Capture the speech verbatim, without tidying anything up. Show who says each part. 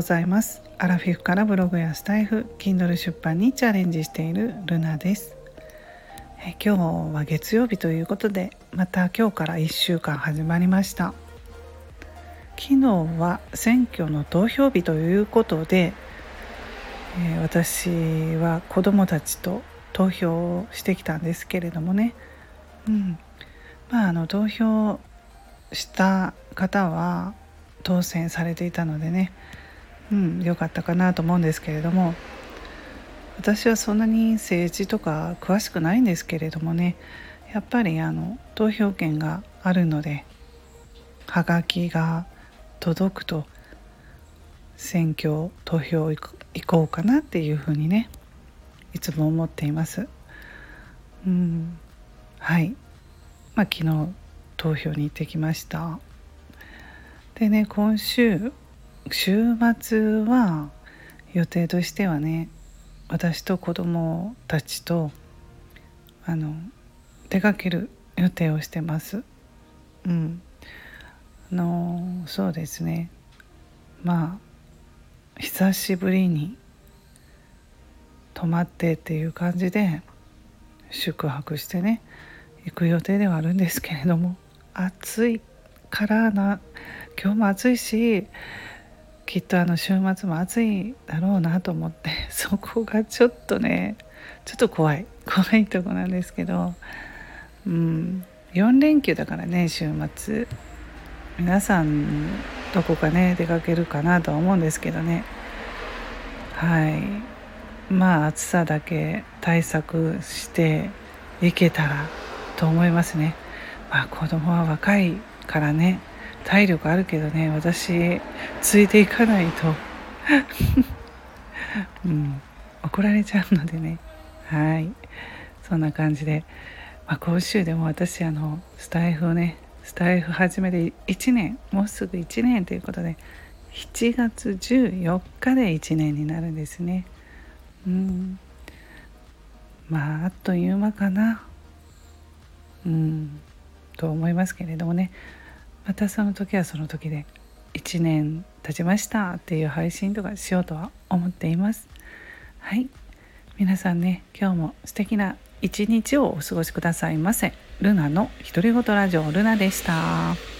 Speaker 1: ざいます。アラフィフからブログやスタイフ、Kindle 出版にチャレンジしているルナです。え今日は月曜日ということで、また今日からいっしゅうかん始まりました。昨日は選挙の投票日ということで、えー、私は子どもたちと投票をしてきたんですけれどもね、うんまあ、あの投票した方は当選されていたのでね、うん、良かったかなと思うんですけれども、私はそんなに政治とか詳しくないんですけれどもね、やっぱりあの投票権があるので、はがきが届くと選挙投票行こうかなっていうふうにね、いつも思っています。うんはいまあ昨日投票に行ってきました。でね、今週週末は予定としてはね、私と子供たちとあの出かける予定をしてます。うんあのそうですね、まあ久しぶりに泊まってっていう感じで宿泊してね行く予定ではあるんですけれども、暑いからな、今日も暑いし、きっとあの週末も暑いだろうなと思って、そこがちょっとねちょっと怖い怖いとこなんですけど、うんよん連休だからね、週末皆さんどこかね出かけるかなとは思うんですけどね、はいまあ暑さだけ対策していけたらと思いますね。まあ子供は若いからね、体力あるけどね、私ついていかないとうん、怒られちゃうのでね、はいそんな感じで、まあ、今週でも私あのスタイフをねスタイフ始めていちねん、もうすぐいちねんということで、しちがつじゅうよっかでいちねんになるんですね。うんまああっという間かな、うんと思いますけれどもね、またその時はその時でいちねん経ちましたっていう配信とかしようとは思っています。はい皆さんね、今日も素敵な一日をお過ごしくださいませ。ルナの独り言ラジオルナでした。